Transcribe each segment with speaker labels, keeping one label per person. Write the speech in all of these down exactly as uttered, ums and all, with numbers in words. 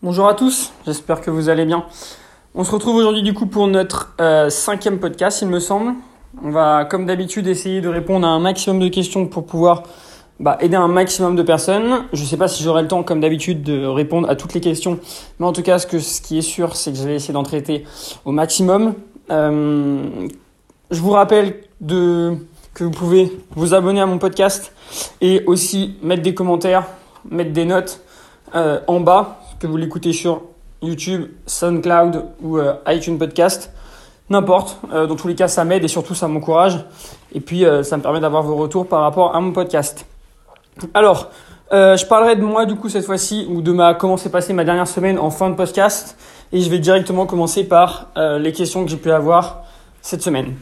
Speaker 1: Bonjour à tous, j'espère que vous allez bien. On se retrouve aujourd'hui du coup pour notre euh, cinquième podcast, il me semble. On va, comme d'habitude, essayer de répondre à un maximum de questions pour pouvoir bah, aider un maximum de personnes. Je ne sais pas si j'aurai le temps, comme d'habitude, de répondre à toutes les questions. Mais en tout cas, ce, que, ce qui est sûr, c'est que je vais essayer d'en traiter au maximum. Euh, je vous rappelle de, que vous pouvez vous abonner à mon podcast et aussi mettre des commentaires, mettre des notes euh, en bas, que vous l'écoutez sur YouTube, SoundCloud ou euh, iTunes Podcast. N'importe, euh, dans tous les cas ça m'aide et surtout ça m'encourage et puis euh, ça me permet d'avoir vos retours par rapport à mon podcast. Alors, euh, je parlerai de moi du coup cette fois-ci ou de ma comment s'est passée ma dernière semaine en fin de podcast et je vais directement commencer par euh, les questions que j'ai pu avoir cette semaine.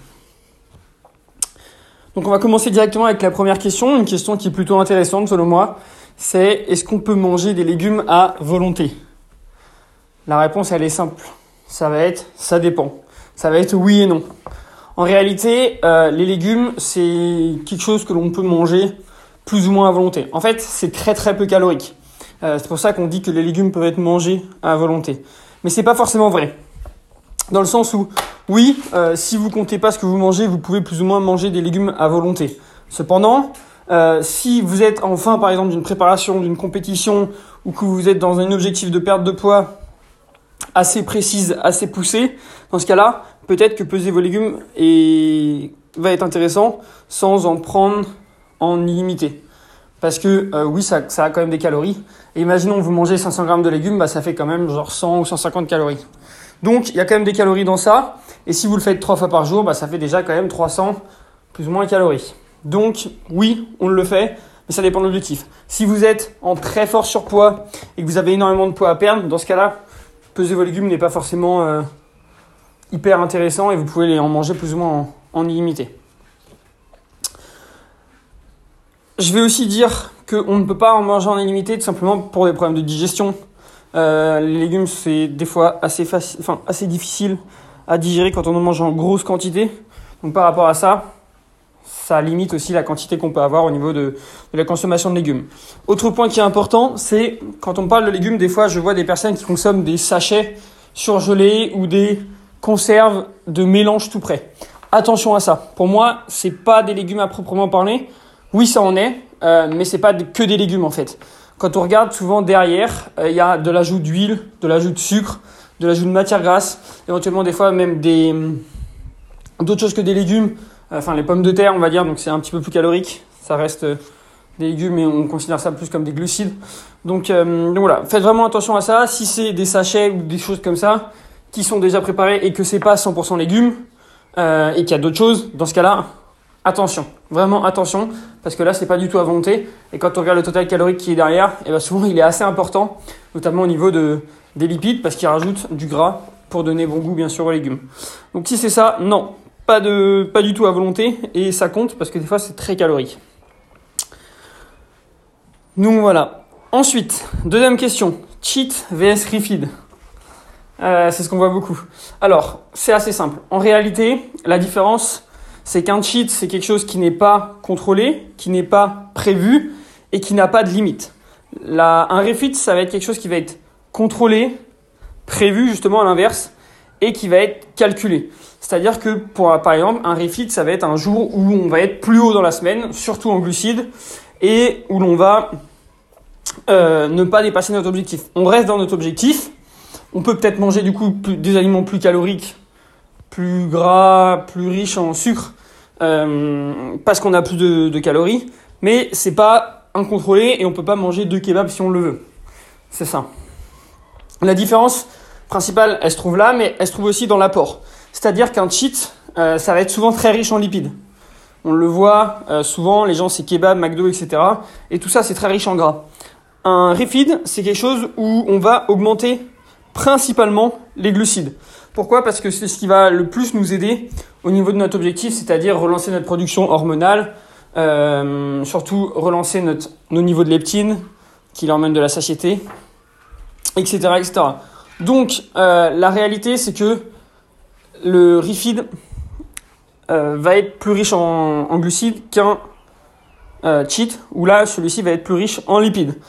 Speaker 1: Donc on va commencer directement avec la première question, une question qui est plutôt intéressante selon moi, c'est est-ce qu'on peut manger des légumes à volonté ? La réponse elle est simple, ça va être ça dépend. Ça va être oui et non. En réalité, euh, les légumes, c'est quelque chose que l'on peut manger plus ou moins à volonté. En fait, c'est très très peu calorique. Euh, c'est pour ça qu'on dit que les légumes peuvent être mangés à volonté. Mais c'est pas forcément vrai. Dans le sens où, oui, euh, si vous comptez pas ce que vous mangez, vous pouvez plus ou moins manger des légumes à volonté. Cependant, euh, si vous êtes en fin, par exemple, d'une préparation, d'une compétition, ou que vous êtes dans un objectif de perte de poids assez précise, assez poussée, dans ce cas-là, peut-être que peser vos légumes est... va être intéressant sans en prendre en illimité. Parce que euh, oui, ça, ça a quand même des calories. Et imaginons que vous mangez cinq cents grammes de légumes, bah, ça fait quand même genre cent ou cent cinquante calories. Donc, il y a quand même des calories dans ça. Et si vous le faites trois fois par jour, bah, ça fait déjà quand même trois cents plus ou moins calories. Donc, oui, on le fait, mais ça dépend de l'objectif. Si vous êtes en très fort surpoids et que vous avez énormément de poids à perdre, dans ce cas-là, peser vos légumes n'est pas forcément euh, hyper intéressant et vous pouvez les en manger plus ou moins en, en illimité. Je vais aussi dire qu'on ne peut pas en manger en illimité tout simplement pour des problèmes de digestion. Euh, les légumes, c'est des fois assez, facile, enfin, assez difficile à digérer quand on en mange en grosse quantité. Donc par rapport à ça, ça limite aussi la quantité qu'on peut avoir au niveau de, de la consommation de légumes. Autre point qui est important, c'est quand on parle de légumes, des fois je vois des personnes qui consomment des sachets surgelés ou des conserves de mélange tout prêt. Attention à ça. Pour moi, c'est pas des légumes à proprement parler. Oui, ça en est, euh, mais c'est pas que des légumes en fait. Quand on regarde souvent derrière, il euh, y a de l'ajout d'huile, de l'ajout de sucre, de l'ajout de matière grasse, éventuellement des fois même des d'autres choses que des légumes. Enfin, les pommes de terre, on va dire, donc c'est un petit peu plus calorique. Ça reste euh, des légumes, mais on considère ça plus comme des glucides. Donc, euh, donc voilà, faites vraiment attention à ça. Si c'est des sachets ou des choses comme ça qui sont déjà préparées et que c'est pas cent pour cent légumes euh, et qu'il y a d'autres choses, dans ce cas-là, attention, vraiment attention, parce que là, c'est pas du tout à volonté. Et quand on regarde le total calorique qui est derrière, et ben souvent il est assez important, notamment au niveau de des lipides, parce qu'il rajoute du gras pour donner bon goût, bien sûr, aux légumes. Donc si c'est ça, non. Pas, de, pas du tout à volonté et ça compte parce que des fois c'est très calorique. Donc voilà. Ensuite, deuxième question. Cheat vs refeed. Euh, c'est ce qu'on voit beaucoup. Alors, c'est assez simple. En réalité, la différence, c'est qu'un cheat, c'est quelque chose qui n'est pas contrôlé, qui n'est pas prévu et qui n'a pas de limite. La, un refeed, ça va être quelque chose qui va être contrôlé, prévu justement à l'inverse et qui va être calculé. C'est-à-dire que, pour, par exemple, un refeed, ça va être un jour où on va être plus haut dans la semaine, surtout en glucides, et où l'on va euh, ne pas dépasser notre objectif. On reste dans notre objectif. On peut peut-être manger du coup plus, des aliments plus caloriques, plus gras, plus riches en sucre, euh, parce qu'on a plus de, de calories, mais c'est pas incontrôlé et on peut pas manger deux kebabs si on le veut. C'est ça. La différence principale, elle se trouve là, mais elle se trouve aussi dans l'apport. C'est-à-dire qu'un cheat, euh, ça va être souvent très riche en lipides. On le voit euh, souvent, les gens c'est kebab, McDo, et cetera. Et tout ça c'est très riche en gras. Un refeed, c'est quelque chose où on va augmenter principalement les glucides. Pourquoi ? Parce que c'est ce qui va le plus nous aider au niveau de notre objectif, c'est-à-dire relancer notre production hormonale, euh, surtout relancer notre, nos niveaux de leptine, qui leur mènent de la satiété, et cetera, et cetera. Donc euh, la réalité c'est que le refeed euh, va être plus riche en, en glucides qu'un euh, cheat, où là, celui-ci va être plus riche en lipides.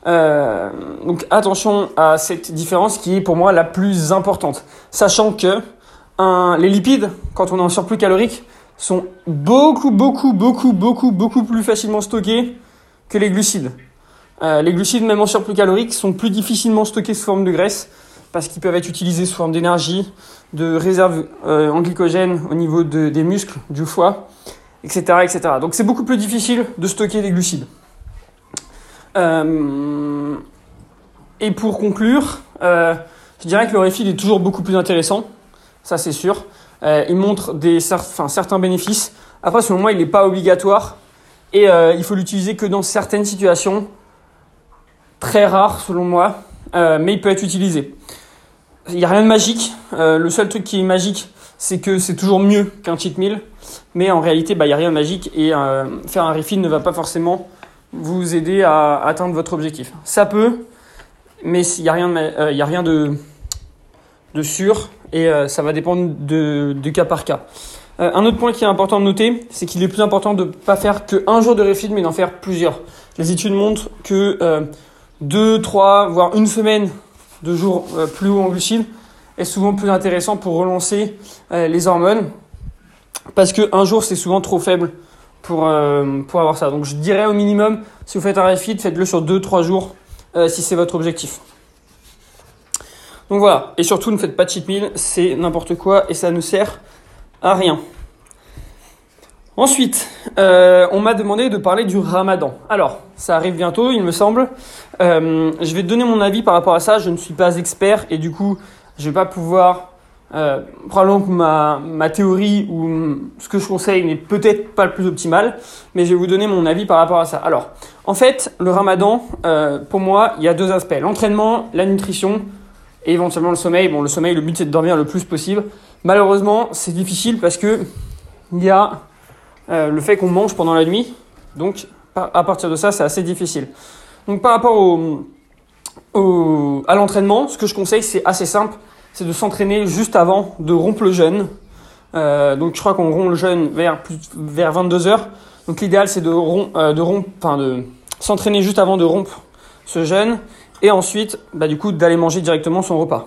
Speaker 1: Euh, donc attention à cette différence qui est pour moi la plus importante. Sachant que un, les lipides, quand on est en surplus calorique, sont beaucoup, beaucoup, beaucoup, beaucoup, beaucoup plus facilement stockés que les glucides. Euh, les glucides, même en surplus calorique, sont plus difficilement stockés sous forme de graisse parce qu'ils peuvent être utilisés sous forme d'énergie, de réserve euh, en glycogène au niveau de, des muscles, du foie, et cetera, et cetera. Donc c'est beaucoup plus difficile de stocker des glucides. Euh, et pour conclure, euh, je dirais que le refeed est toujours beaucoup plus intéressant, ça c'est sûr. Euh, il montre des, enfin, certains bénéfices. Après, selon moi, il n'est pas obligatoire et euh, il faut l'utiliser que dans certaines situations, très rares selon moi, euh, mais il peut être utilisé. Il n'y a rien de magique. Euh, le seul truc qui est magique, c'est que c'est toujours mieux qu'un cheat meal, mais en réalité, bah, il n'y a rien de magique et euh, faire un refeed ne va pas forcément vous aider à atteindre votre objectif. Ça peut, mais il n'y a rien de, euh, il y a rien de, de sûr et euh, ça va dépendre de, de cas par cas. Euh, un autre point qui est important de noter, c'est qu'il est plus important de ne pas faire qu'un jour de refeed, mais d'en faire plusieurs. Les études montrent que euh, deux, trois, voire une semaine de jours euh, plus haut en glucides est souvent plus intéressant pour relancer euh, les hormones, parce qu'un jour, c'est souvent trop faible pour, euh, pour avoir ça. Donc je dirais au minimum, si vous faites un refeed, faites-le sur deux trois jours euh, si c'est votre objectif. Donc voilà, et surtout ne faites pas de cheat meal, c'est n'importe quoi et ça ne sert à rien. Ensuite, euh, on m'a demandé de parler du ramadan. Alors, ça arrive bientôt, il me semble. Euh, je vais te donner mon avis par rapport à ça, je ne suis pas expert et du coup, je vais pas pouvoir... Euh, probablement que ma, ma théorie ou ce que je conseille n'est peut-être pas le plus optimal, mais je vais vous donner mon avis par rapport à ça. Alors, en fait, le ramadan, euh, pour moi, il y a deux aspects. L'entraînement, la nutrition et éventuellement le sommeil. Bon, le sommeil, le but, c'est de dormir le plus possible. Malheureusement, c'est difficile parce que il y a euh, le fait qu'on mange pendant la nuit. Donc, à partir de ça, c'est assez difficile. Donc, par rapport au, au, à l'entraînement, ce que je conseille, c'est assez simple. C'est de s'entraîner juste avant de rompre le jeûne. Euh, donc je crois qu'on rompt le jeûne vers, plus, vers vingt-deux heures. Donc l'idéal c'est de, rom, euh, de, rompre, enfin de s'entraîner juste avant de rompre ce jeûne. Et ensuite, bah, du coup, d'aller manger directement son repas.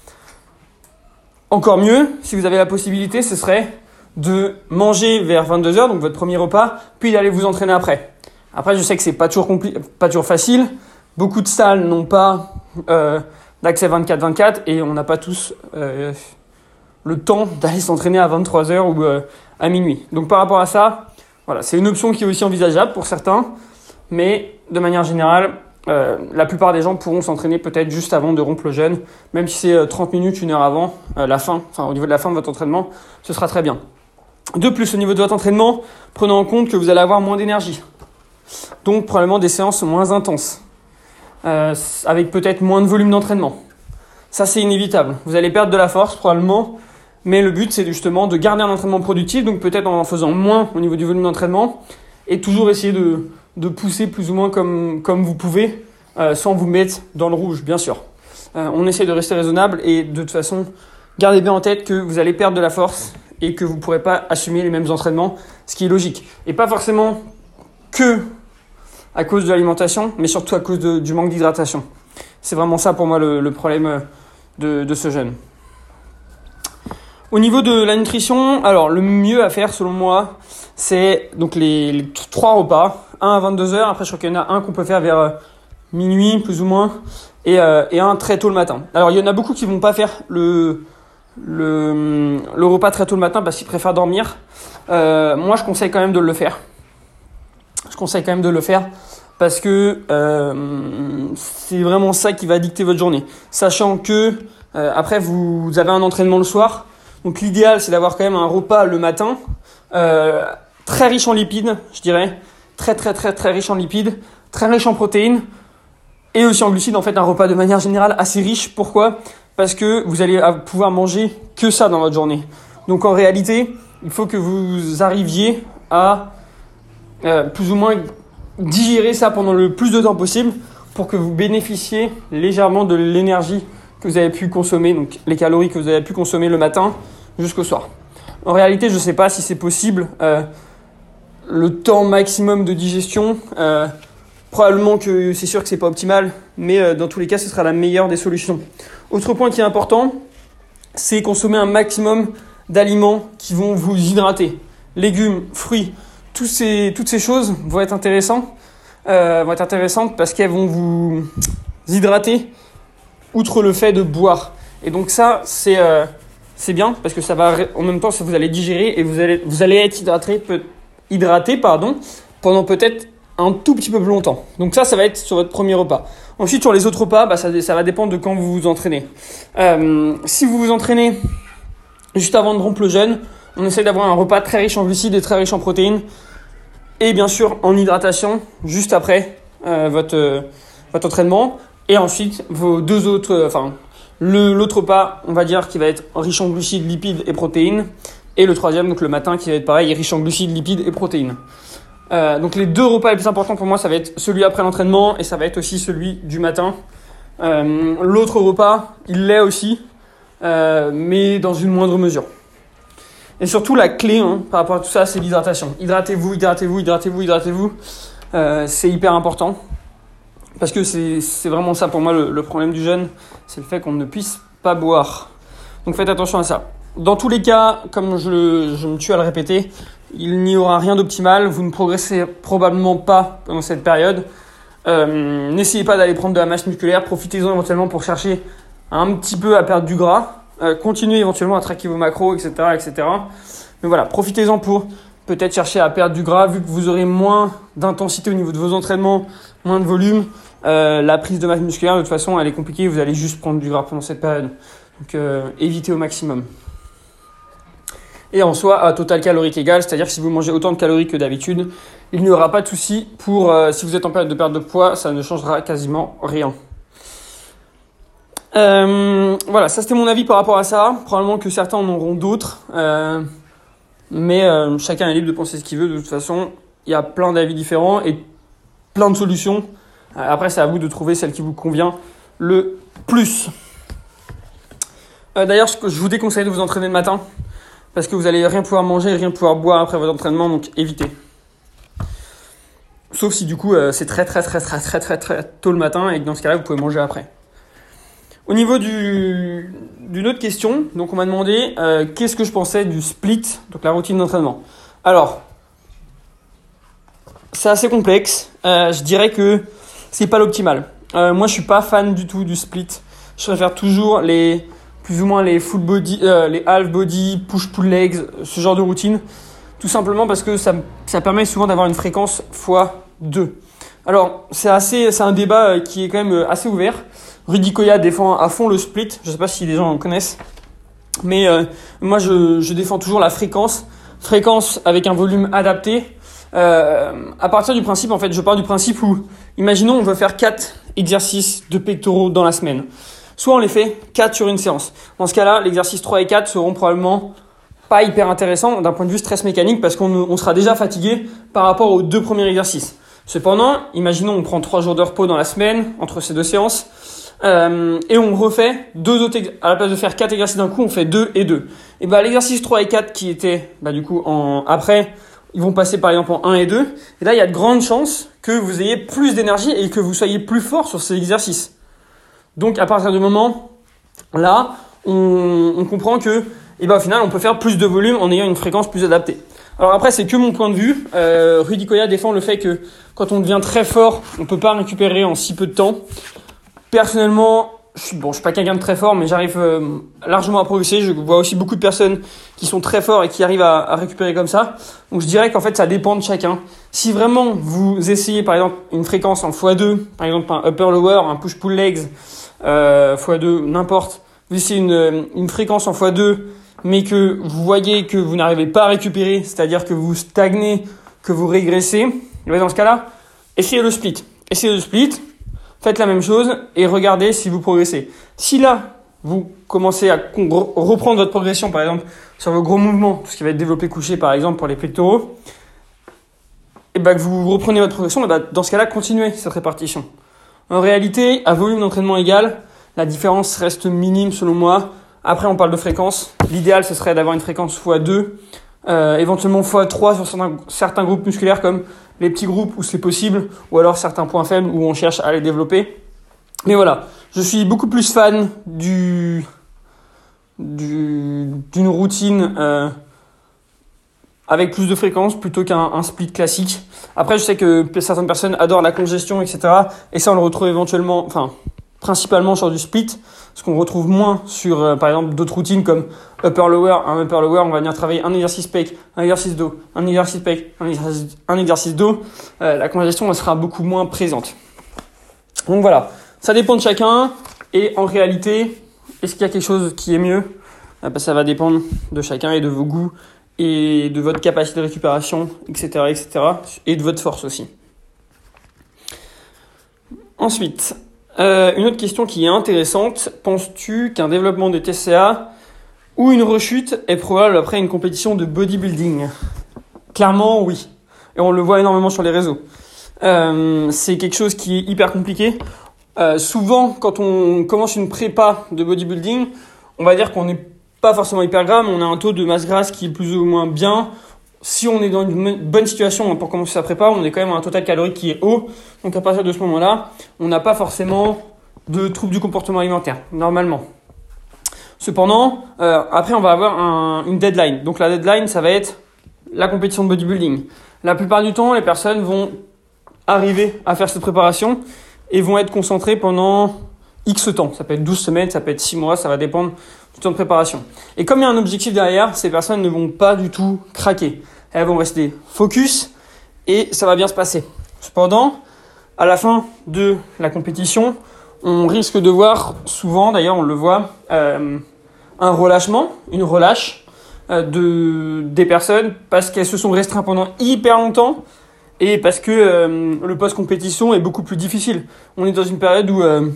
Speaker 1: Encore mieux, si vous avez la possibilité, ce serait de manger vers vingt-deux heures, donc votre premier repas, puis d'aller vous entraîner après. Après, je sais que c'est pas toujours, compli- pas toujours facile. Beaucoup de salles n'ont pas... Euh, d'accès vingt-quatre vingt-quatre et on n'a pas tous euh, le temps d'aller s'entraîner à vingt-trois heures ou euh, à minuit. Donc par rapport à ça, voilà, c'est une option qui est aussi envisageable pour certains, mais de manière générale, euh, la plupart des gens pourront s'entraîner peut-être juste avant de rompre le jeûne, même si c'est euh, trente minutes, une heure avant euh, la fin, enfin au niveau de la fin de votre entraînement, ce sera très bien. De plus, au niveau de votre entraînement, prenez en compte que vous allez avoir moins d'énergie, donc probablement des séances moins intenses. Euh, avec peut-être moins de volume d'entraînement. Ça, c'est inévitable. Vous allez perdre de la force, probablement, mais le but, c'est justement de garder un entraînement productif, donc peut-être en faisant moins au niveau du volume d'entraînement, et toujours essayer de, de pousser plus ou moins comme, comme vous pouvez, euh, sans vous mettre dans le rouge, bien sûr. Euh, on essaie de rester raisonnable, et de toute façon, gardez bien en tête que vous allez perdre de la force, et que vous ne pourrez pas assumer les mêmes entraînements, ce qui est logique. Et pas forcément que... à cause de l'alimentation, mais surtout à cause de, du manque d'hydratation. C'est vraiment ça pour moi le, le problème de, de ce jeûne. Au niveau de la nutrition, alors le mieux à faire selon moi, c'est donc les, les trois repas, un à vingt-deux heures, après je crois qu'il y en a un qu'on peut faire vers euh, minuit plus ou moins, et, euh, et un très tôt le matin. Alors il y en a beaucoup qui vont pas faire le, le, le repas très tôt le matin parce qu'ils préfèrent dormir. Euh, moi je conseille quand même de le faire. Je conseille quand même de le faire parce que euh, c'est vraiment ça qui va dicter votre journée. Sachant que euh, après vous avez un entraînement le soir, donc l'idéal c'est d'avoir quand même un repas le matin euh, très riche en lipides, je dirais, très très très très riche en lipides, très riche en protéines et aussi en glucides. En fait, un repas de manière générale assez riche. Pourquoi ? Parce que vous allez pouvoir manger que ça dans votre journée. Donc en réalité, il faut que vous arriviez à Euh, plus ou moins digérer ça pendant le plus de temps possible pour que vous bénéficiez légèrement de l'énergie que vous avez pu consommer, donc les calories que vous avez pu consommer le matin jusqu'au soir. En réalité, je ne sais pas si c'est possible. Euh, le temps maximum de digestion, euh, Probablement que c'est sûr que c'est pas optimal, mais euh, dans tous les cas, ce sera la meilleure des solutions. Autre point qui est important, c'est consommer un maximum d'aliments qui vont vous hydrater. Légumes, fruits, tous ces, toutes ces choses vont être intéressantes, euh, vont être intéressantes parce qu'elles vont vous hydrater outre le fait de boire. Et donc ça, c'est, euh, c'est bien parce que ça va, en même temps, ça vous allez digérer et vous allez, vous allez être hydraté, peut, hydraté pardon, pendant peut-être un tout petit peu plus longtemps. Donc ça, ça va être sur votre premier repas. Ensuite, sur les autres repas, bah, ça, ça va dépendre de quand vous vous entraînez. Euh, si vous vous entraînez juste avant de rompre le jeûne, on essaie d'avoir un repas très riche en glucides et très riche en protéines. Et bien sûr, en hydratation, juste après euh, votre, euh, votre entraînement. Et ensuite, vos deux autres, euh, enfin, le, l'autre repas, on va dire, qui va être riche en glucides, lipides et protéines. Et le troisième, donc le matin, qui va être pareil, riche en glucides, lipides et protéines. Euh, donc les deux repas les plus importants pour moi, ça va être celui après l'entraînement et ça va être aussi celui du matin. Euh, l'autre repas, il l'est aussi, euh, mais dans une moindre mesure. Et surtout la clé hein, par rapport à tout ça, c'est l'hydratation. Hydratez-vous, hydratez-vous, hydratez-vous, hydratez-vous. Euh, c'est hyper important parce que c'est, c'est vraiment ça pour moi le, le problème du jeûne, c'est le fait qu'on ne puisse pas boire. Donc faites attention à ça. Dans tous les cas, comme je, le, je me tue à le répéter, il n'y aura rien d'optimal. Vous ne progressez probablement pas pendant cette période. Euh, n'essayez pas d'aller prendre de la masse musculaire. Profitez-en éventuellement pour chercher un petit peu à perdre du gras. Euh, continuez éventuellement à traquer vos macros, et cetera, et cetera. Mais voilà, profitez-en pour peut-être chercher à perdre du gras vu que vous aurez moins d'intensité au niveau de vos entraînements, moins de volume. Euh, la prise de masse musculaire, de toute façon, elle est compliquée. Vous allez juste prendre du gras pendant cette période. Donc, euh, évitez au maximum. Et en soi, à total calorique égal, c'est-à-dire que si vous mangez autant de calories que d'habitude, il n'y aura pas de souci pour, euh, si vous êtes en période de perte de poids, ça ne changera quasiment rien. Euh, voilà, ça c'était mon avis par rapport à ça. Probablement que certains en auront d'autres, euh, mais euh, chacun est libre de penser ce qu'il veut. De toute façon, il y a plein d'avis différents et plein de solutions. Euh, après, c'est à vous de trouver celle qui vous convient le plus. Euh, d'ailleurs, je vous déconseille de vous entraîner le matin. Parce que vous allez rien pouvoir manger, rien pouvoir boire après votre entraînement, donc évitez. Sauf si du coup euh, c'est très très très très très très très tôt le matin et que dans ce cas-là vous pouvez manger après. Au niveau du, d'une autre question, donc on m'a demandé euh, qu'est-ce que je pensais du split, donc la routine d'entraînement. Alors, c'est assez complexe. Euh, je dirais que c'est pas l'optimal. Euh, moi je suis pas fan du tout du split. Je préfère toujours les plus ou moins les full body, euh, les half body, push pull legs, ce genre de routine, tout simplement parce que ça, ça permet souvent d'avoir une fréquence fois deux. Alors c'est assez, c'est un débat qui est quand même assez ouvert. Rudy Koya défend à fond le split, je sais pas si les gens en connaissent, mais euh, moi je, je défends toujours la fréquence, fréquence avec un volume adapté. Euh, à partir du principe, en fait, je pars du principe où, imaginons, on veut faire quatre exercices de pectoraux dans la semaine. Soit on les fait quatre sur une séance. Dans ce cas-là, l'exercice trois et quatre seront probablement pas hyper intéressants d'un point de vue stress mécanique parce qu'on on sera déjà fatigué par rapport aux deux premiers exercices. Cependant, imaginons on prend trois jours de repos dans la semaine entre ces deux séances euh, et on refait deux autres ex- à la place de faire quatre exercices d'un coup, on fait deux et deux. Et bah l'exercice trois et quatre qui étaient bah du coup en après, ils vont passer par exemple en un et deux. Et là, il y a de grandes chances que vous ayez plus d'énergie et que vous soyez plus fort sur ces exercices. Donc, à partir du moment là, on, on comprend que, eh ben, au final, on peut faire plus de volume en ayant une fréquence plus adaptée. Alors après, c'est que mon point de vue. Euh, Rudy Koya défend le fait que quand on devient très fort, on peut pas récupérer en si peu de temps. Personnellement, je suis bon, je suis pas quelqu'un de très fort, mais j'arrive euh, largement à progresser. Je vois aussi beaucoup de personnes qui sont très forts et qui arrivent à, à récupérer comme ça. Donc, je dirais qu'en fait, ça dépend de chacun. Si vraiment vous essayez, par exemple, une fréquence en fois deux, par exemple un upper lower, un push pull legs, Euh, fois deux, n'importe. Vous essayez une, une fréquence en fois deux, mais que vous voyez que vous n'arrivez pas à récupérer, c'est-à-dire que vous stagnez, que vous régressez, et bien dans ce cas-là, essayez le split. Essayez le split, faites la même chose et regardez si vous progressez. Si là, vous commencez à reprendre votre progression, par exemple, sur vos gros mouvements, tout ce qui va être développé couché, par exemple, pour les pectoraux, et ben que vous reprenez votre progression, et ben dans ce cas-là, continuez cette répartition. En réalité, à volume d'entraînement égal, la différence reste minime selon moi. Après, on parle de fréquence. L'idéal, ce serait d'avoir une fréquence fois deux, euh, éventuellement fois trois sur certains, certains groupes musculaires comme les petits groupes où c'est possible, ou alors certains points faibles où on cherche à les développer. Mais voilà, je suis beaucoup plus fan du, du d'une routine euh, avec plus de fréquence plutôt qu'un un split classique. Après, je sais que certaines personnes adorent la congestion, et cetera. Et ça, on le retrouve éventuellement, enfin, principalement sur du split, ce qu'on retrouve moins sur, euh, par exemple, d'autres routines comme upper-lower. Un upper-lower, on va venir travailler un exercice pec, un exercice dos, un exercice pec, un exercice, un exercice dos. Euh, la congestion, elle sera beaucoup moins présente. Donc voilà, ça dépend de chacun. Et en réalité, est-ce qu'il y a quelque chose qui est mieux ? euh, bah, Ça va dépendre de chacun et de vos goûts et de votre capacité de récupération, et cetera, et cetera, et de votre force aussi. Ensuite, euh, une autre question qui est intéressante. Penses-tu qu'un développement des T C A ou une rechute est probable après une compétition de bodybuilding ? Clairement, oui. Et on le voit énormément sur les réseaux. Euh, c'est quelque chose qui est hyper compliqué. Euh, souvent, quand on commence une prépa de bodybuilding, on va dire qu'on n'est pas forcément hyper gras, mais on a un taux de masse grasse qui est plus ou moins bien. Si on est dans une bonne situation pour commencer sa prépa, on est quand même à un total calorique qui est haut. Donc à partir de ce moment-là, on n'a pas forcément de troubles du comportement alimentaire, normalement. Cependant, euh, après on va avoir un, une deadline. Donc la deadline, ça va être la compétition de bodybuilding. La plupart du temps, les personnes vont arriver à faire cette préparation et vont être concentrées pendant X temps. Ça peut être douze semaines, ça peut être six mois, ça va dépendre du temps de préparation. Et comme il y a un objectif derrière, ces personnes ne vont pas du tout craquer. Elles vont rester focus et ça va bien se passer. Cependant, à la fin de la compétition, on risque de voir souvent, d'ailleurs on le voit, euh, un relâchement, une relâche euh, de, des personnes parce qu'elles se sont restreintes pendant hyper longtemps et parce que euh, le post-compétition est beaucoup plus difficile. On est dans une période où... Euh,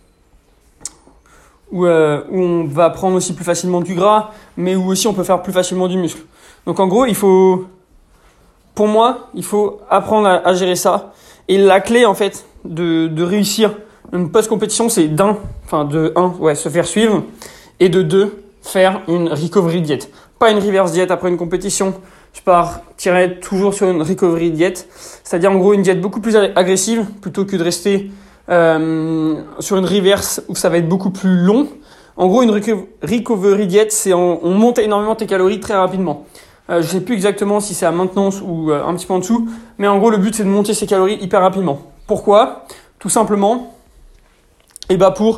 Speaker 1: Où, euh, où on va prendre aussi plus facilement du gras, mais où aussi on peut faire plus facilement du muscle. Donc en gros, il faut, pour moi, il faut apprendre à, à gérer ça. Et la clé en fait de, de réussir une post-compétition, c'est d'un, enfin de un, ouais, se faire suivre, et de deux, faire une recovery diet. Pas une reverse diet après une compétition. Je partirais toujours sur une recovery diet, c'est-à-dire en gros une diète beaucoup plus agressive plutôt que de rester Euh, sur une reverse où ça va être beaucoup plus long. En gros, une recovery diet, c'est on, on monte énormément tes calories très rapidement. Euh, je sais plus exactement si c'est à maintenance ou euh, un petit peu en dessous, mais en gros, le but c'est de monter ses calories hyper rapidement. Pourquoi ? Tout simplement, et bah pour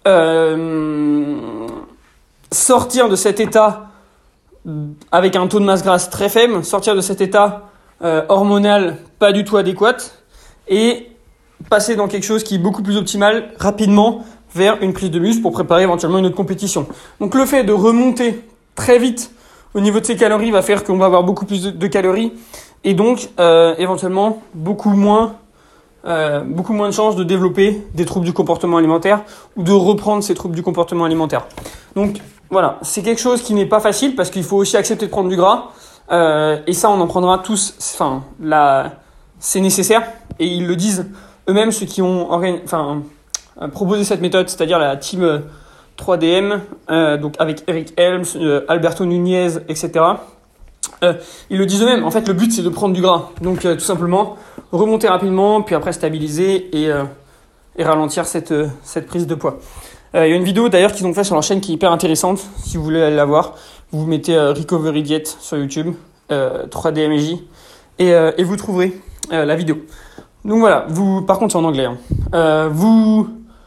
Speaker 1: euh, sortir de cet état avec un taux de masse grasse très faible, sortir de cet état euh, hormonal pas du tout adéquat et passer dans quelque chose qui est beaucoup plus optimal rapidement vers une prise de muscle pour préparer éventuellement une autre compétition. Donc le fait de remonter très vite au niveau de ses calories va faire qu'on va avoir beaucoup plus de, de calories et donc euh, éventuellement beaucoup moins, euh, beaucoup moins de chances de développer des troubles du comportement alimentaire ou de reprendre ces troubles du comportement alimentaire. Donc voilà, c'est quelque chose qui n'est pas facile parce qu'il faut aussi accepter de prendre du gras euh, et ça on en prendra tous, enfin là c'est nécessaire et ils le disent eux-mêmes, ceux qui ont organi- enfin, euh, proposé cette méthode, c'est-à-dire la team euh, trois D M, euh, donc avec Eric Helms, euh, Alberto Nunez, et cetera. Euh, ils le disent eux-mêmes. En fait, le but, c'est de prendre du gras. Donc, euh, tout simplement, remonter rapidement, puis après stabiliser et, euh, et ralentir cette, euh, cette prise de poids. Euh, il y a une vidéo, d'ailleurs, qu'ils ont fait sur leur chaîne qui est hyper intéressante. Si vous voulez aller la voir, vous mettez euh, Recovery Diet sur YouTube, euh, trois D M J, et, euh, et vous trouverez euh, la vidéo. Donc voilà, vous, par contre c'est en anglais. Hein. Euh, vous,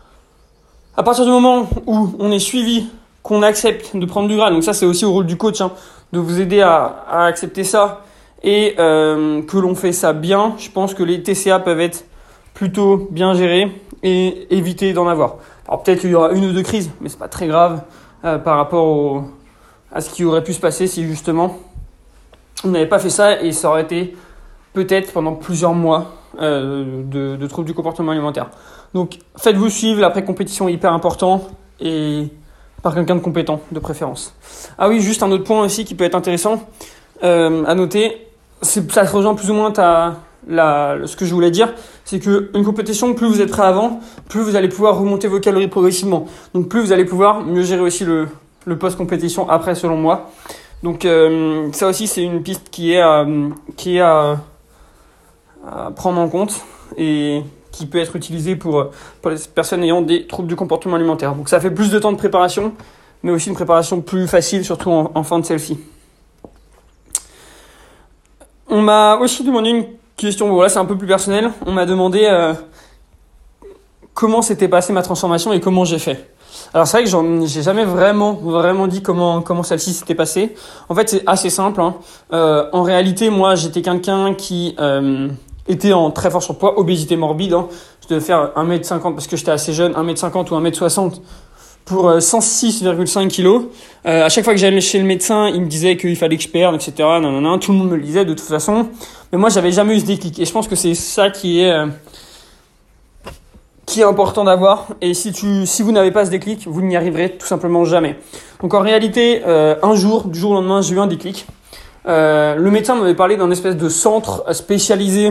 Speaker 1: à partir du moment où on est suivi, qu'on accepte de prendre du gras, donc ça c'est aussi au rôle du coach, hein, de vous aider à, à accepter ça et euh, que l'on fait ça bien, je pense que les T C A peuvent être plutôt bien gérés et éviter d'en avoir. Alors peut-être qu'il y aura une ou deux crises, mais c'est pas très grave euh, par rapport au, à ce qui aurait pu se passer si justement on n'avait pas fait ça et ça aurait été peut-être pendant plusieurs mois euh, de, de troubles du comportement alimentaire. Donc faites-vous suivre, l'après-compétition est hyper important et par quelqu'un de compétent de préférence. Ah oui, juste un autre point aussi qui peut être intéressant euh, à noter, c'est, ça rejoint plus ou moins ta, la, ce que je voulais dire, c'est qu'une compétition, plus vous êtes prêt avant, plus vous allez pouvoir remonter vos calories progressivement. Donc plus vous allez pouvoir mieux gérer aussi le, le post-compétition après, selon moi. Donc euh, ça aussi c'est une piste qui est à, qui est à, à prendre en compte et qui peut être utilisé pour, pour les personnes ayant des troubles du comportement alimentaire. Donc ça fait plus de temps de préparation, mais aussi une préparation plus facile, surtout en, en fin de celle-ci. On m'a aussi demandé une question, bon là c'est un peu plus personnel, on m'a demandé euh, comment s'était passée ma transformation et comment j'ai fait. Alors c'est vrai que j'en, j'ai jamais vraiment, vraiment dit comment, comment celle-ci s'était passée. En fait c'est assez simple. Hein. Euh, en réalité moi j'étais quelqu'un qui euh, était en très fort surpoids, obésité morbide. Hein. Je devais faire un mètre cinquante parce que j'étais assez jeune, un mètre cinquante ou un mètre soixante pour cent six virgule cinq kilos. Euh, à chaque fois que j'allais chez le médecin, il me disait qu'il fallait que je perde, et cetera. Non, non, non, tout le monde me le disait de toute façon. Mais moi, j'avais jamais eu ce déclic. Et je pense que c'est ça qui est, euh, qui est important d'avoir. Et si tu, si vous n'avez pas ce déclic, vous n'y arriverez tout simplement jamais. Donc en réalité, euh, un jour, du jour au lendemain, j'ai eu un déclic. Euh, le médecin m'avait parlé d'un espèce de centre spécialisé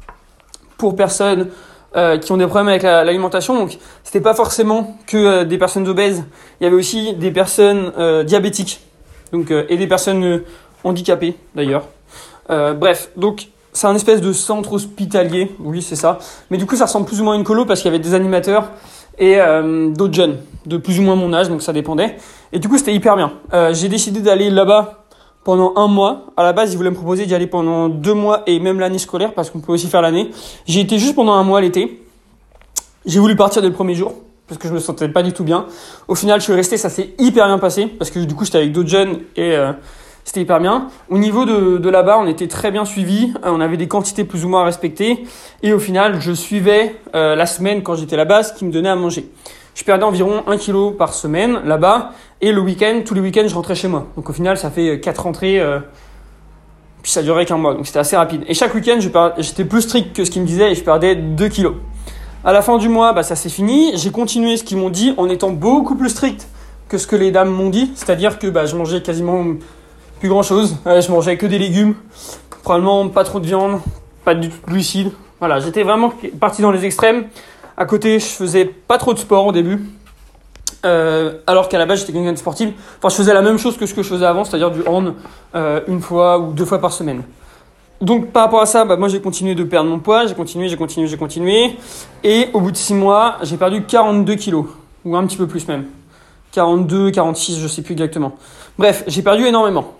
Speaker 1: pour personnes euh, qui ont des problèmes avec la, l'alimentation. Donc, c'était pas forcément que euh, des personnes obèses. Il y avait aussi des personnes euh, diabétiques, donc euh, et des personnes euh, handicapées d'ailleurs. Euh, bref, donc c'est un espèce de centre hospitalier. Oui, c'est ça. Mais du coup, ça ressemble plus ou moins à une colo parce qu'il y avait des animateurs et euh, d'autres jeunes de plus ou moins mon âge, donc ça dépendait. Et du coup, c'était hyper bien. Euh, j'ai décidé d'aller là-bas pendant un mois. À la base, ils voulaient me proposer d'y aller pendant deux mois et même l'année scolaire parce qu'on peut aussi faire l'année. J'ai été juste pendant un mois l'été. J'ai voulu partir dès le premier jour parce que je me sentais pas du tout bien. Au final, je suis resté, ça s'est hyper bien passé parce que du coup, j'étais avec d'autres jeunes et euh, c'était hyper bien. Au niveau de, de là-bas, on était très bien suivis. On avait des quantités plus ou moins à respecter et au final, je suivais euh, la semaine quand j'étais là-bas, ce qui me donnait à manger. Je perdais environ un kilo par semaine là-bas. Et le week-end, tous les week-ends, je rentrais chez moi. Donc au final, ça fait quatre rentrées. Euh, puis ça durait qu'un mois. Donc c'était assez rapide. Et chaque week-end, je per... j'étais plus strict que ce qu'ils me disaient et je perdais deux kilos. À la fin du mois, bah, ça s'est fini. J'ai continué ce qu'ils m'ont dit en étant beaucoup plus strict que ce que les dames m'ont dit. C'est-à-dire que bah, je mangeais quasiment plus grand-chose. Euh, je mangeais que des légumes. Probablement pas trop de viande. Pas de glucides. Voilà, j'étais vraiment parti dans les extrêmes. À côté, je faisais pas trop de sport au début, euh, alors qu'à la base, j'étais quelqu'un de sportif. Enfin, je faisais la même chose que ce que je faisais avant, c'est-à-dire du hand euh, une fois ou deux fois par semaine. Donc, par rapport à ça, bah, moi, j'ai continué de perdre mon poids. J'ai continué, j'ai continué, j'ai continué. Et au bout de six mois, j'ai perdu quarante-deux kilos, ou un petit peu plus même. quarante-deux, quarante-six, je sais plus exactement. Bref, j'ai perdu énormément.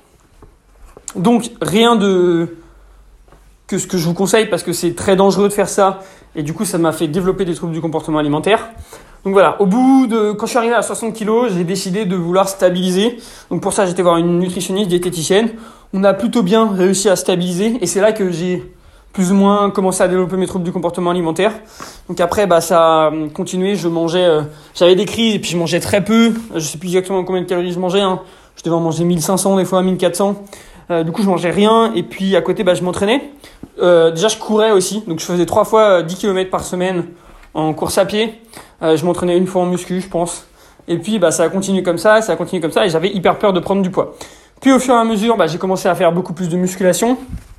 Speaker 1: Donc, rien de... que ce que je vous conseille parce que c'est très dangereux de faire ça et du coup ça m'a fait développer des troubles du comportement alimentaire. Donc voilà, au bout de quand je suis arrivé à soixante kilos, j'ai décidé de vouloir stabiliser. Donc pour ça, j'étais voir une nutritionniste, diététicienne. On a plutôt bien réussi à stabiliser et c'est là que j'ai plus ou moins commencé à développer mes troubles du comportement alimentaire. Donc après bah ça a continué, je mangeais euh, j'avais des crises et puis je mangeais très peu, je sais plus exactement combien de calories je mangeais hein. Je devais en manger mille cinq cents des fois mille quatre cents. Euh, du coup, je mangeais rien et puis à côté, bah, je m'entraînais. Euh, déjà, je courais aussi, donc je faisais trois fois dix kilomètres par semaine en course à pied. Euh, je m'entraînais une fois en muscu, je pense. Et puis, bah, ça a continué comme ça, ça a continué comme ça et j'avais hyper peur de prendre du poids. Puis, au fur et à mesure, bah, j'ai commencé à faire beaucoup plus de musculation.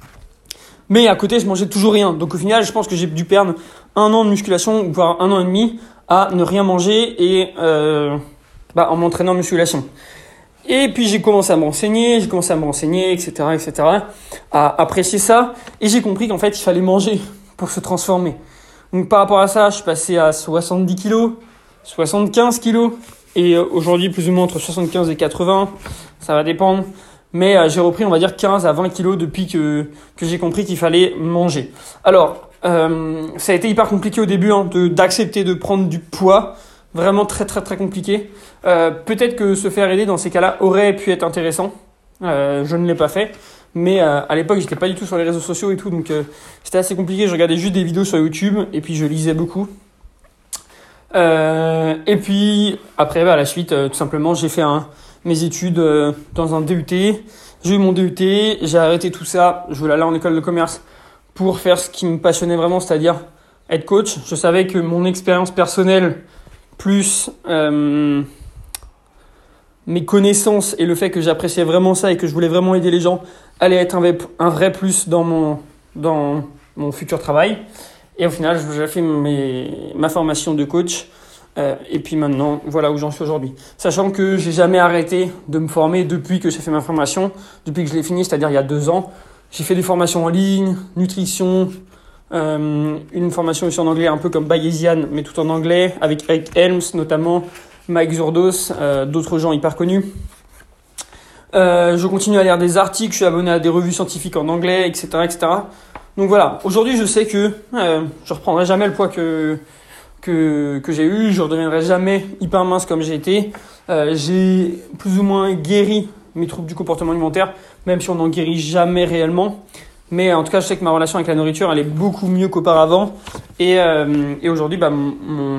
Speaker 1: Mais à côté, je mangeais toujours rien. Donc, au final, je pense que j'ai dû perdre un an de musculation, voire un an et demi à ne rien manger et euh, bah, en m'entraînant en musculation. Et puis j'ai commencé à me renseigner, j'ai commencé à me renseigner, et cetera, et cetera, à apprécier ça. Et j'ai compris qu'en fait, il fallait manger pour se transformer. Donc par rapport à ça, je suis passé à soixante-dix kilos, soixante-quinze kilos, et aujourd'hui plus ou moins entre soixante-quinze et quatre-vingts, ça va dépendre. Mais euh, j'ai repris, on va dire, quinze à vingt kilos depuis que, que j'ai compris qu'il fallait manger. Alors, euh, ça a été hyper compliqué au début hein, de, d'accepter de prendre du poids. Vraiment très très très compliqué. Euh, peut-être que se faire aider dans ces cas-là aurait pu être intéressant. Euh, je ne l'ai pas fait. Mais euh, à l'époque, j'étais pas du tout sur les réseaux sociaux et tout. Donc euh, c'était assez compliqué. Je regardais juste des vidéos sur YouTube et puis je lisais beaucoup. Euh, et puis après, bah, à la suite, euh, tout simplement, j'ai fait un, mes études euh, dans un D U T. J'ai eu mon D U T. J'ai arrêté tout ça. Je voulais aller en école de commerce pour faire ce qui me passionnait vraiment, c'est-à-dire être coach. Je savais que mon expérience personnelle plus euh, mes connaissances et le fait que j'appréciais vraiment ça et que je voulais vraiment aider les gens allait être un vrai, un vrai plus dans mon, dans mon futur travail. Et au final, j'ai fait mes, ma formation de coach euh, et puis maintenant, voilà où j'en suis aujourd'hui. Sachant que j'ai jamais arrêté de me former depuis que j'ai fait ma formation, depuis que je l'ai fini, c'est-à-dire il y a deux ans. J'ai fait des formations en ligne, nutrition, Euh, une formation aussi en anglais, un peu comme Bayesian, mais tout en anglais, avec Eric Helms notamment, Mike Zourdos, euh, d'autres gens hyper connus. Euh, je continue à lire des articles, je suis abonné à des revues scientifiques en anglais, et cetera, et cetera. Donc voilà, aujourd'hui je sais que euh, je reprendrai jamais le poids que que que j'ai eu, je redeviendrai jamais hyper mince comme j'ai été. Euh, j'ai plus ou moins guéri mes troubles du comportement alimentaire, même si on n'en guérit jamais réellement. Mais en tout cas, je sais que ma relation avec la nourriture, elle est beaucoup mieux qu'auparavant. Et, euh, et aujourd'hui, bah, mon,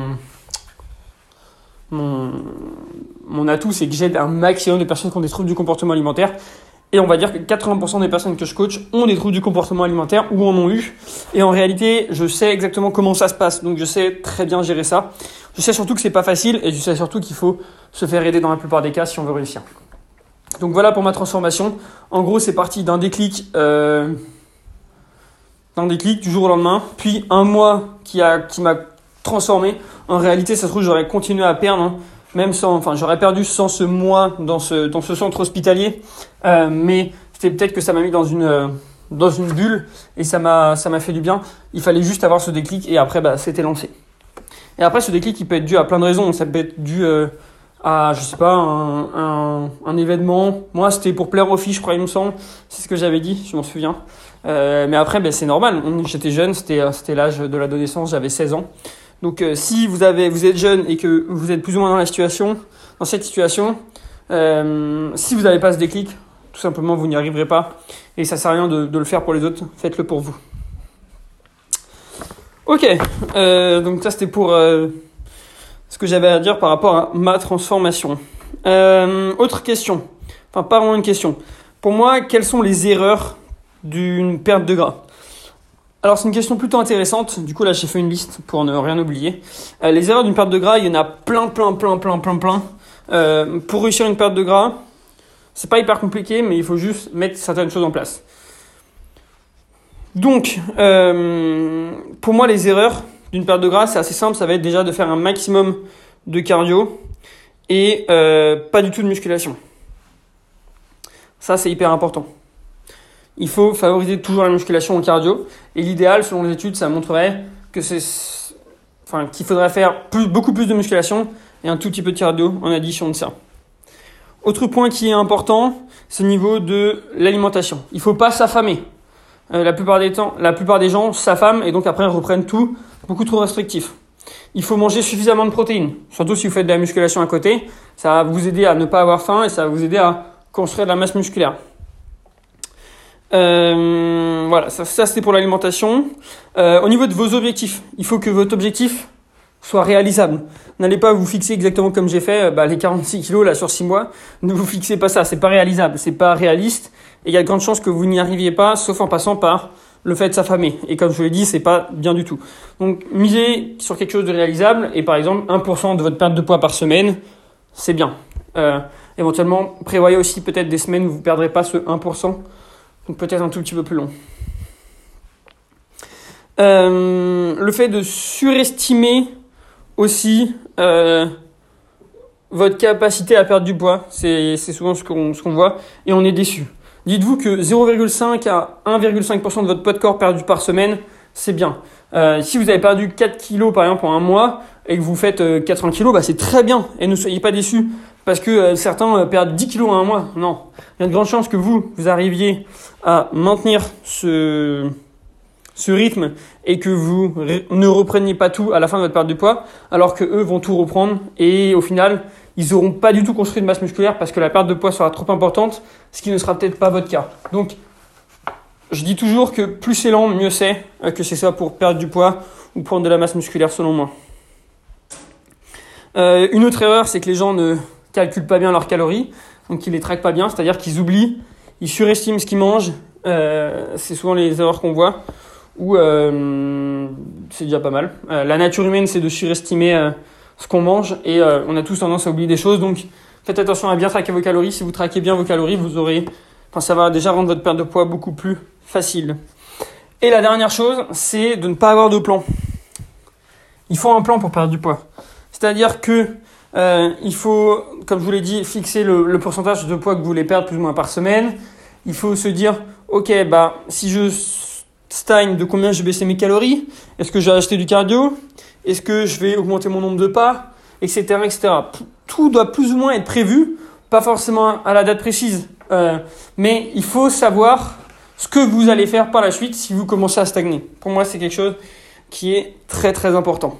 Speaker 1: mon, mon atout, c'est que j'aide un maximum de personnes qui ont des troubles du comportement alimentaire. Et on va dire que quatre-vingts pour cent des personnes que je coach ont des troubles du comportement alimentaire ou en ont eu. Et en réalité, je sais exactement comment ça se passe. Donc, je sais très bien gérer ça. Je sais surtout que c'est pas facile et je sais surtout qu'il faut se faire aider dans la plupart des cas si on veut réussir. Donc, voilà pour ma transformation. En gros, c'est parti d'un déclic, euh, d'un déclic du jour au lendemain. Puis, un mois qui a, qui m'a transformé. En réalité, ça se trouve, j'aurais continué à perdre, hein. Même sans, enfin, j'aurais perdu sans ce mois dans ce, dans ce centre hospitalier. Euh, mais c'était peut-être que ça m'a mis dans une, euh, dans une bulle et ça m'a, ça m'a fait du bien. Il fallait juste avoir ce déclic et après, bah, c'était lancé. Et après, ce déclic, il peut être dû à plein de raisons. Ça peut être dû euh, à, je sais pas, un, un, un événement. Moi, c'était pour plaire aux filles, je crois, il me semble. C'est ce que j'avais dit, je m'en souviens. Euh, mais après, bah, c'est normal. J'étais jeune, c'était, c'était l'âge de l'adolescence, j'avais seize ans. Donc, euh, si vous avez, vous êtes jeune et que vous êtes plus ou moins dans la situation, dans cette situation, euh, si vous n'avez pas ce déclic, tout simplement, vous n'y arriverez pas. Et ça sert à rien de, de le faire pour les autres. Faites-le pour vous. Ok. Euh, donc ça, c'était pour euh, ce que j'avais à dire par rapport à ma transformation. Euh, autre question. Enfin, pas vraiment une question. Pour moi, quelles sont les erreurs d'une perte de gras ? Alors, c'est une question plutôt intéressante. Du coup, là, j'ai fait une liste pour ne rien oublier. Euh, les erreurs d'une perte de gras, il y en a plein, plein, plein, plein, plein, plein. Euh, pour réussir une perte de gras, c'est pas hyper compliqué, mais il faut juste mettre certaines choses en place. Donc, euh, pour moi, les erreurs d'une perte de gras, c'est assez simple. Ça va être déjà de faire un maximum de cardio et euh, pas du tout de musculation. Ça, c'est hyper important. Il faut favoriser toujours la musculation au cardio. Et l'idéal, selon les études, ça montrerait que c'est, enfin, qu'il faudrait faire plus, beaucoup plus de musculation et un tout petit peu de cardio en addition de ça. Autre point qui est important, c'est au niveau de l'alimentation. Il ne faut pas s'affamer. Euh, la plupart des temps, la plupart des gens s'affament et donc après reprennent tout beaucoup trop restrictif. Il faut manger suffisamment de protéines. Surtout si vous faites de la musculation à côté, ça va vous aider à ne pas avoir faim et ça va vous aider à construire de la masse musculaire. Euh, voilà, ça, ça c'était pour l'alimentation. Euh, au niveau de vos objectifs, il faut que votre objectif soit réalisable. N'allez pas vous fixer exactement comme j'ai fait, bah, les quarante-six kilos là sur six mois. Ne vous fixez pas ça, c'est pas réalisable, c'est pas réaliste. Et il y a de grandes chances que vous n'y arriviez pas, sauf en passant par le fait de s'affamer. Et comme je vous l'ai dit, c'est pas bien du tout. Donc, misez sur quelque chose de réalisable. Et par exemple, un pour cent de votre perte de poids par semaine, c'est bien. Euh, éventuellement, prévoyez aussi peut-être des semaines où vous ne perdrez pas ce un pour cent. Donc peut-être un tout petit peu plus long. Euh, le fait de surestimer aussi euh, votre capacité à perdre du poids, c'est, c'est souvent ce qu'on, ce qu'on voit et on est déçu. Dites-vous que zéro virgule cinq à un virgule cinq pour cent de votre poids de corps perdu par semaine, c'est bien. Euh, si vous avez perdu quatre kilos par exemple en un mois et que vous faites euh, quatre-vingts kilos, bah, c'est très bien et ne soyez pas déçus. Parce que euh, certains euh, perdent dix kilos en un mois. Non. Il y a de grandes chances que vous, vous arriviez à maintenir ce, ce rythme et que vous re- ne repreniez pas tout à la fin de votre perte de poids, alors que eux vont tout reprendre et au final, ils n'auront pas du tout construit de masse musculaire parce que la perte de poids sera trop importante, ce qui ne sera peut-être pas votre cas. Donc, je dis toujours que plus c'est lent, mieux c'est, euh, que c'est ça pour perdre du poids ou prendre de la masse musculaire selon moi. Euh, une autre erreur, c'est que les gens ne calculent pas bien leurs calories, donc ils les traquent pas bien, c'est-à-dire qu'ils oublient, ils surestiment ce qu'ils mangent, euh, c'est souvent les erreurs qu'on voit, ou euh, c'est déjà pas mal. Euh, la nature humaine, c'est de surestimer euh, ce qu'on mange, et euh, on a tous tendance à oublier des choses, donc faites attention à bien traquer vos calories. Si vous traquez bien vos calories, vous aurez, enfin ça va déjà rendre votre perte de poids beaucoup plus facile. Et la dernière chose, c'est de ne pas avoir de plan. Il faut un plan pour perdre du poids. C'est-à-dire que euh, il faut, comme je vous l'ai dit, fixer le, le pourcentage de poids que vous voulez perdre plus ou moins par semaine. Il faut se dire, ok, bah si je stagne de combien je vais baisser mes calories? Est-ce que je vais acheter du cardio? Est-ce que je vais augmenter mon nombre de pas? Etc, et cetera. Tout doit plus ou moins être prévu, pas forcément à la date précise, euh, mais il faut savoir ce que vous allez faire par la suite si vous commencez à stagner. Pour moi, c'est quelque chose qui est très très important.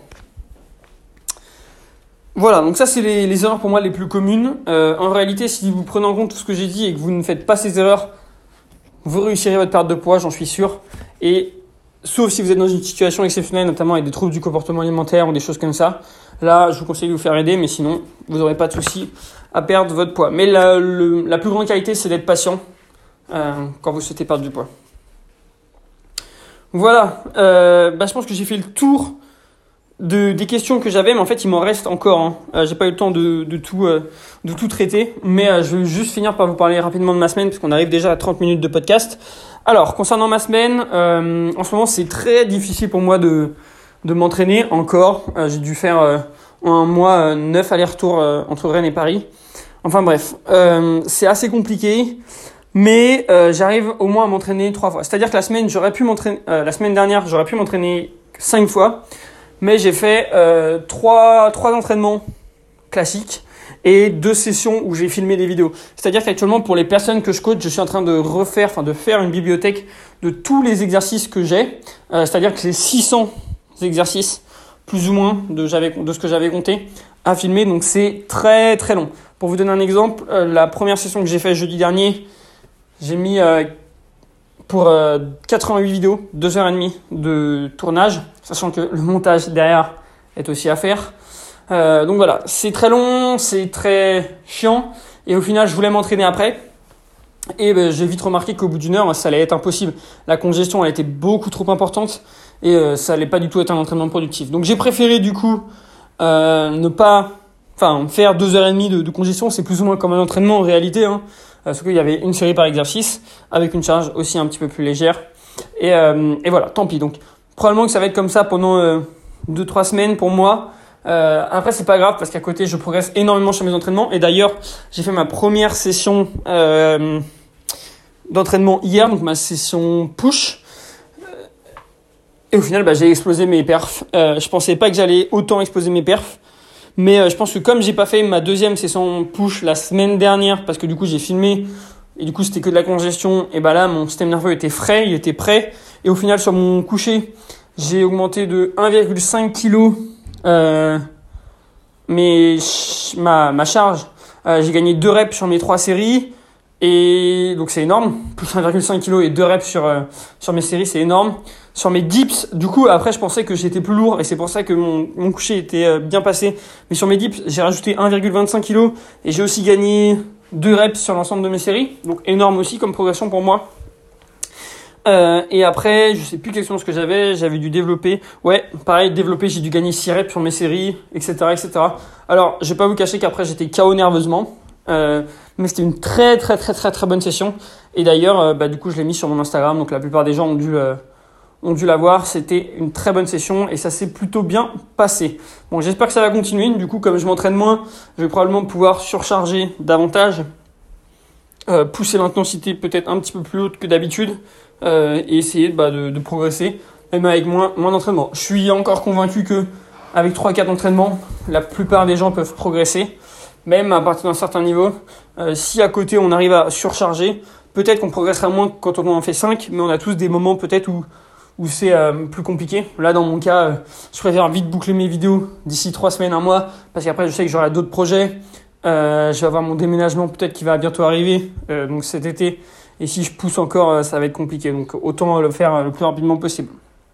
Speaker 1: Voilà, donc ça c'est les, les erreurs pour moi les plus communes. Euh, en réalité, si vous prenez en compte tout ce que j'ai dit et que vous ne faites pas ces erreurs, vous réussirez votre perte de poids, j'en suis sûr. Et sauf si vous êtes dans une situation exceptionnelle, notamment avec des troubles du comportement alimentaire ou des choses comme ça, là je vous conseille de vous faire aider, mais sinon vous n'aurez pas de souci à perdre votre poids. Mais la, le, la plus grande qualité, c'est d'être patient euh, quand vous souhaitez perdre du poids. Voilà, euh, bah, je pense que j'ai fait le tour de, des questions que j'avais, mais en fait il m'en reste encore. Hein. Euh, j'ai pas eu le temps de, de, tout, euh, de tout traiter, mais euh, je vais juste finir par vous parler rapidement de ma semaine, puisqu'on arrive déjà à trente minutes de podcast. Alors, concernant ma semaine, euh, en ce moment c'est très difficile pour moi de, de m'entraîner encore. Euh, j'ai dû faire euh, un mois euh, neuf allers-retours euh, entre Rennes et Paris. Enfin bref, euh, c'est assez compliqué. Mais euh, j'arrive au moins à m'entraîner trois fois. C'est-à-dire que la semaine, j'aurais pu m'entraîner, euh, la semaine dernière, j'aurais pu m'entraîner cinq fois, mais j'ai fait euh, trois, trois entraînements classiques et deux sessions où j'ai filmé des vidéos. C'est-à-dire qu'actuellement, pour les personnes que je coach, je suis en train de refaire, enfin de faire une bibliothèque de tous les exercices que j'ai. Euh, c'est-à-dire que c'est six cents exercices, plus ou moins, de, j'avais, de ce que j'avais compté, à filmer. Donc c'est très très long. Pour vous donner un exemple, euh, la première session que j'ai faite jeudi dernier, j'ai mis euh, pour euh, quatre-vingt-huit vidéos, deux heures trente de tournage, sachant que le montage derrière est aussi à faire. Euh, donc voilà, c'est très long, c'est très chiant, et au final, je voulais m'entraîner après. Et ben, j'ai vite remarqué qu'au bout d'une heure, ça allait être impossible. La congestion, elle était beaucoup trop importante, et euh, ça allait pas du tout être un entraînement productif. Donc j'ai préféré du coup euh, ne pas... Enfin, faire deux heures trente de, de congestion, c'est plus ou moins comme un entraînement en réalité, hein. Parce qu'il y avait une série par exercice, avec une charge aussi un petit peu plus légère. Et, euh, et voilà, tant pis. Donc, probablement que ça va être comme ça pendant euh, deux trois semaines pour moi. Euh, après, c'est pas grave, parce qu'à côté, je progresse énormément sur mes entraînements. Et d'ailleurs, j'ai fait ma première session euh, d'entraînement hier, donc ma session push. Et au final, bah, j'ai explosé mes perfs. Euh, je pensais pas que j'allais autant exploser mes perfs. Mais euh, je pense que comme j'ai pas fait ma deuxième session push la semaine dernière, parce que du coup j'ai filmé et du coup c'était que de la congestion, et bah là mon système nerveux était frais, il était prêt, et au final sur mon coucher j'ai augmenté de un virgule cinq kilos euh, mais ma, ma charge, euh, j'ai gagné deux reps sur mes trois séries, et donc c'est énorme, plus un virgule cinq kilos et deux reps sur, euh, sur mes séries, c'est énorme. Sur mes dips, du coup, après, je pensais que j'étais plus lourd et c'est pour ça que mon, mon coucher était bien passé. Mais sur mes dips, j'ai rajouté un virgule vingt-cinq kilos et j'ai aussi gagné deux reps sur l'ensemble de mes séries. Donc, énorme aussi comme progression pour moi. Euh, et après, je sais plus quelle séance que j'avais. J'avais dû développer. Ouais, pareil, développer, j'ai dû gagner six reps sur mes séries, et cetera, et cetera. Alors, je vais pas vous cacher qu'après, j'étais K O nerveusement. Euh, mais c'était une très, très, très, très, très bonne session. Et d'ailleurs, euh, bah, du coup, je l'ai mis sur mon Instagram. Donc, la plupart des gens ont dû... Euh, ont dû la voir, c'était une très bonne session et ça s'est plutôt bien passé. Bon, j'espère que ça va continuer. Du coup, comme je m'entraîne moins, je vais probablement pouvoir surcharger davantage, euh, pousser l'intensité peut-être un petit peu plus haute que d'habitude euh, et essayer bah, de, de progresser, même avec moins, moins d'entraînement. Je suis encore convaincu que avec trois quatre entraînements, la plupart des gens peuvent progresser, même à partir d'un certain niveau. Euh, si à côté on arrive à surcharger, peut-être qu'on progressera moins quand on en fait cinq, mais on a tous des moments peut-être où où c'est euh, plus compliqué. Là, dans mon cas, euh, je préfère vite boucler mes vidéos d'ici trois semaines, un mois, parce qu'après, je sais que j'aurai d'autres projets. Euh, je vais avoir mon déménagement peut-être qui va bientôt arriver, euh, donc cet été. Et si je pousse encore, euh, ça va être compliqué. Donc, autant le faire le plus rapidement possible.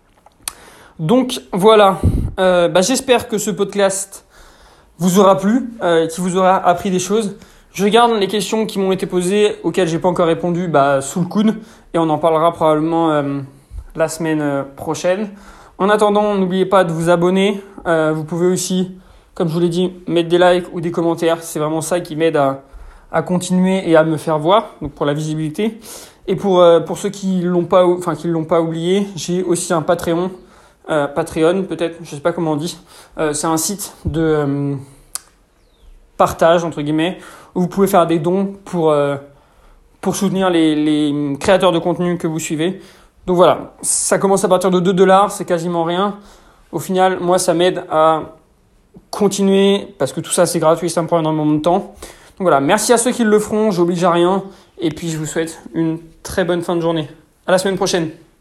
Speaker 1: Donc, voilà. Euh, bah, j'espère que ce podcast vous aura plu, euh, qui vous aura appris des choses. Je garde les questions qui m'ont été posées, auxquelles j'ai pas encore répondu, bah, sous le coude. Et on en parlera probablement... Euh, la semaine prochaine. En attendant, n'oubliez pas de vous abonner. Euh, vous pouvez aussi, comme je vous l'ai dit, mettre des likes ou des commentaires. C'est vraiment ça qui m'aide à, à continuer et à me faire voir, donc pour la visibilité. Et pour, euh, pour ceux qui l'ont pas, enfin, qui l'ont pas oublié, j'ai aussi un Patreon, euh, Patreon peut-être, je sais pas comment on dit. Euh, c'est un site de euh, partage, entre guillemets, où vous pouvez faire des dons pour, euh, pour soutenir les, les créateurs de contenu que vous suivez. Donc voilà, ça commence à partir de deux dollars, c'est quasiment rien. Au final, moi, ça m'aide à continuer parce que tout ça, c'est gratuit, ça me prend énormément de temps. Donc voilà, merci à ceux qui le feront, j'oblige à rien. Et puis, je vous souhaite une très bonne fin de journée. À la semaine prochaine.